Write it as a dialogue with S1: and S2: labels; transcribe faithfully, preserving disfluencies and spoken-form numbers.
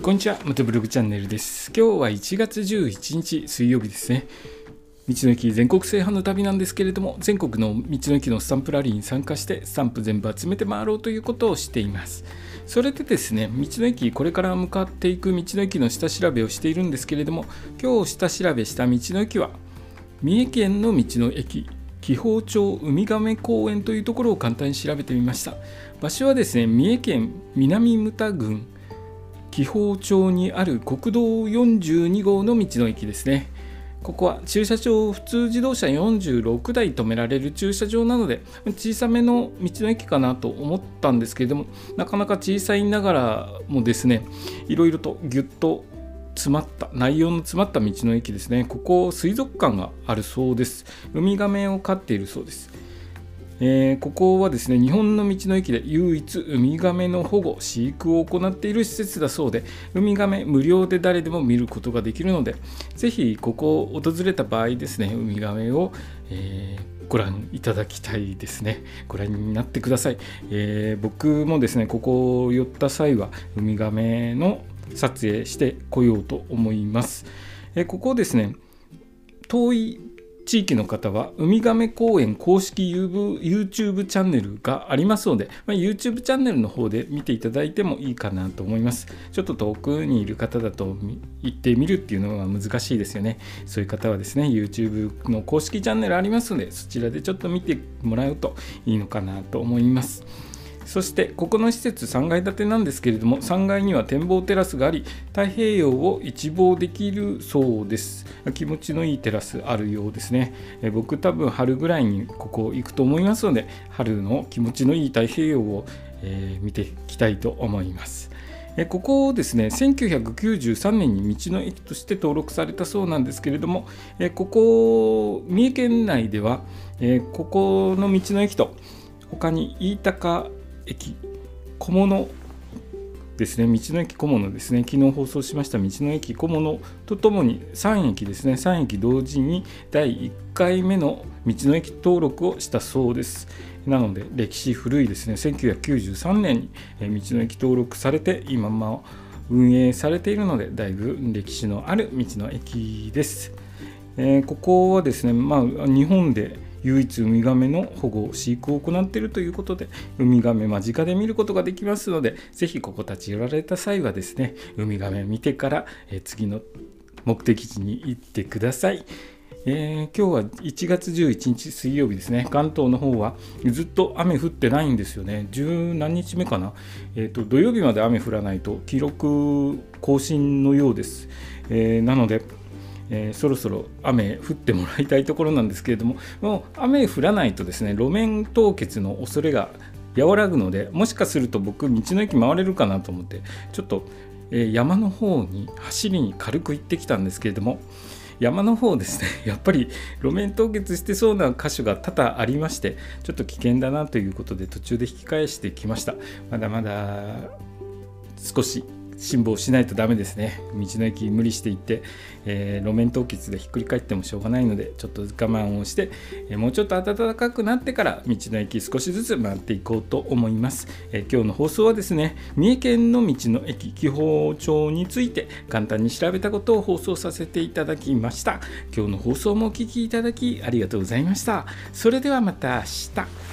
S1: こんにちは、元ブログチャンネルです。今日はいちがつじゅういちにち水曜日ですね。道の駅全国制覇の旅なんですけれども、全国の道の駅のスタンプラリーに参加してスタンプ全部集めて回ろうということをしています。それでですね、道の駅、これから向かっていく道の駅の下調べをしているんですけれども、今日下調べした道の駅は三重県の道の駅紀宝町ウミガメ公園というところを簡単に調べてみました。場所はですね、三重県南牟田郡紀宝町にある国道よんじゅうにごうの道の駅ですね。ここは駐車場、普通自動車よんじゅうろくだい止められる駐車場なので小さめの道の駅かなと思ったんですけれども、なかなか小さいながらもですね、いろいろとぎゅっと詰まった内容の詰まった道の駅ですね。ここ水族館があるそうです。ウミガメを飼っているそうです。えー、ここはですね、日本の道の駅で唯一ウミガメの保護飼育を行っている施設だそうで、ウミガメ無料で誰でも見ることができるので、ぜひここを訪れた場合ですね、ウミガメを、えー、ご覧いただきたいですね。ご覧になってください。えー、僕もですね、ここを寄った際はウミガメの撮影してこようと思います。えー、ここですね、遠い地域の方はウミガメ公園公式 YouTube チャンネルがありますので、まあ、YouTube チャンネルの方で見ていただいてもいいかなと思います。ちょっと遠くにいる方だと行ってみるっていうのは難しいですよね。そういう方はですね、 YouTube の公式チャンネルありますので、そちらでちょっと見てもらうといいのかなと思います。そしてここの施設さんがい建てなんですけれども、さんがいには展望テラスがあり、太平洋を一望できるそうです。気持ちのいいテラスあるようですね。え僕多分春ぐらいにここ行くと思いますので、春の気持ちのいい太平洋を、えー、見ていきたいと思います。えここをですね、せんきゅうひゃくきゅうじゅうさんねんに道の駅として登録されたそうなんですけれども、えここ三重県内では、えここの道の駅と他に飯高駅、小物ですね、道の駅小物ですね、昨日放送しました道の駅小物とともにさんえきですね、さんえき同時にだいいっかいめの道の駅登録をしたそうです。なので歴史古いですね、せんきゅうひゃくきゅうじゅうさんねんに道の駅登録されて今も運営されているので、だいぶ歴史のある道の駅です。えー、ここはですね、まあ、日本で唯一ウミガメの保護飼育を行っているということで、ウミガメ間近で見ることができますので、ぜひここ立ち寄られた際はですね、ウミガメ見てから、えー、次の目的地に行ってください。えー、今日はいちがつじゅういちにち水曜日ですね。関東の方はずっと雨降ってないんですよね。十何日目かな、えーと、土曜日まで雨降らないと記録更新のようです。えー、なのでえー、そろそろ雨降ってもらいたいところなんですけれども、もう雨降らないとですね、路面凍結の恐れが和らぐので、もしかすると僕道の駅回れるかなと思ってちょっと、えー、山の方に走りに軽く行ってきたんですけれども、山の方ですね、やっぱり路面凍結してそうな箇所が多々ありまして、ちょっと危険だなということで途中で引き返してきました。まだまだ少し辛抱しないとダメですね。道の駅無理して行って、えー、路面凍結でひっくり返ってもしょうがないので、ちょっと我慢をして、えー、もうちょっと暖かくなってから道の駅少しずつ回っていこうと思います。えー、今日の放送はですね、三重県の道の駅紀宝町について簡単に調べたことを放送させていただきました。今日の放送もお聞きいただきありがとうございました。それではまた明日。